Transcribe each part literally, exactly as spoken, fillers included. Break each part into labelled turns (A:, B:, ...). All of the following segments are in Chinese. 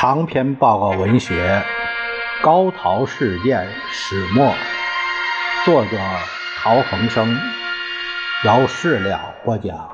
A: 长篇报告文学《高陶事件始末》，作者陶恒生，由事了播讲。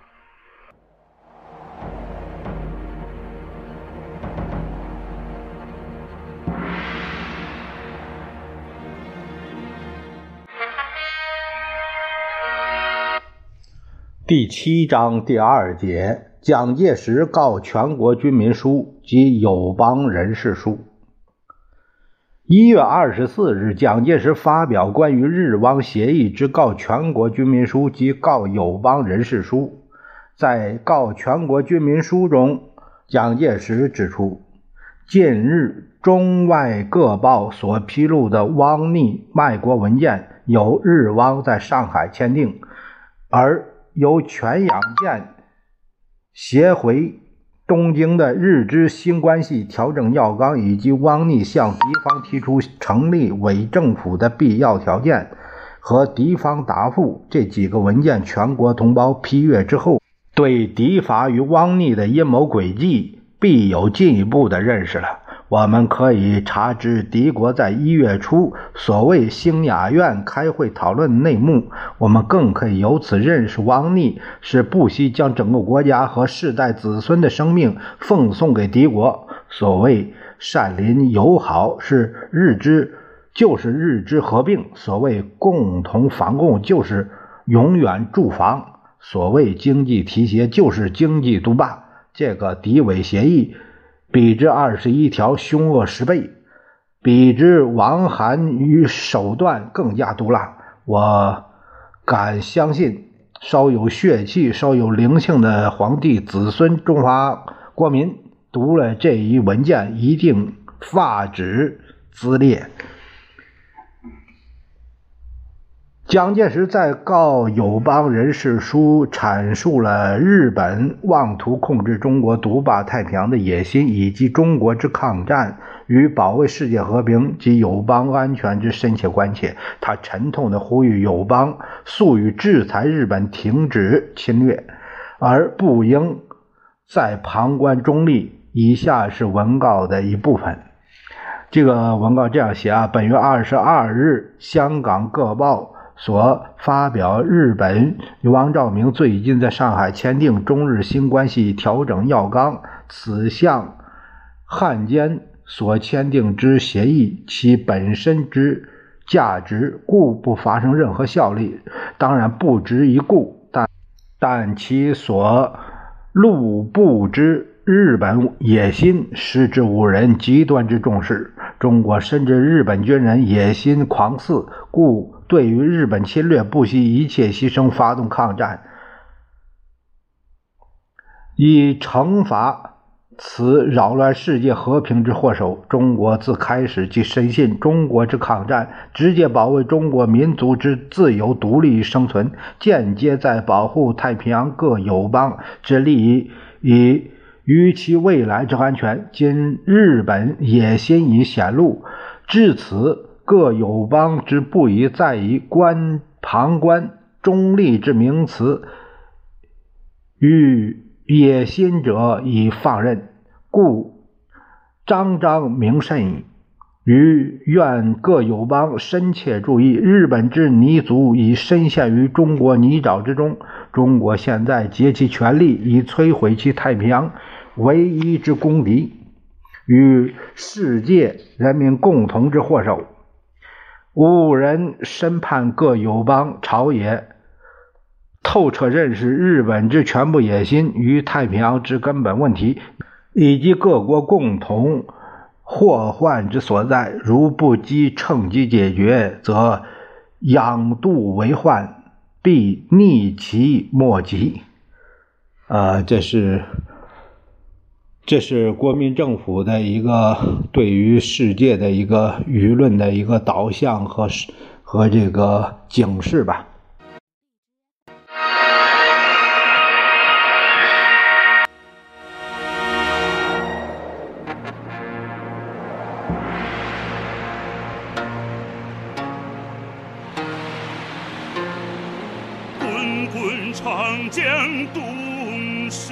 A: 第七章第二节，蒋介石告全国军民书及友邦人士书。一月二十四日，蒋介石发表关于日汪协议之告全国军民书及告友邦人士书。在告全国军民书中，蒋介石指出，近日中外各报所披露的汪逆卖国文件由日汪在上海签订，而由全养舰携回东京的日支新关系调整要纲，以及汪逆向敌方提出成立伪政府的必要条件和敌方答复这几个文件，全国同胞批阅之后，对敌伐与汪逆的阴谋诡计必有进一步的认识了。我们可以查知敌国在一月初所谓兴雅院开会讨论内幕，我们更可以由此认识汪逆是不惜将整个国家和世代子孙的生命奉送给敌国。所谓善邻友好是日支就是日支合并，所谓共同防共就是永远驻防，所谓经济提携就是经济独霸。这个敌伪协议比之二十一条凶恶十倍，比之王韩与手段更加毒辣。我敢相信，稍有血气、稍有灵性的皇帝子孙中华国民读了这一文件，一定发指自裂。蒋介石在告友邦人士书阐述了日本妄图控制中国、独霸太平洋的野心，以及中国之抗战与保卫世界和平及友邦安全之深切关切。他沉痛地呼吁友邦速予制裁日本，停止侵略，而不应再旁观中立。以下是文告的一部分。这个文告这样写啊：本月二十二日，香港各报所发表日本与汪兆铭最近在上海签订中日新关系调整要纲，此项汉奸所签订之协议，其本身之价值故不发生任何效力，当然不值一顾，但但其所露布之日本野心实之无人极端之重视。中国深知日本军人野心狂肆，故对于日本侵略不惜一切牺牲发动抗战，以惩罚此扰乱世界和平之祸首。中国自开始即深信中国之抗战直接保卫中国民族之自由独立生存，间接在保护太平洋各友邦之利益，以于其未来之安全。今日本野心已显露，至此各友邦之不宜再以观旁观中立之名词与野心者已放任，故彰彰明甚矣。于愿各友邦深切注意，日本之泥足已深陷于中国泥沼之中，中国现在竭其全力以摧毁其太平洋唯一之公敌，与世界人民共同之祸首。吾人深盼各友邦朝野透彻认识日本之全部野心与太平洋之根本问题，以及各国共同祸患之所在，如不积趁机解决，则养度为患，必逆其莫及。呃，这是这是国民政府的一个对于世界的一个舆论的一个导向和和这个警示吧。
B: 滚滚长江东逝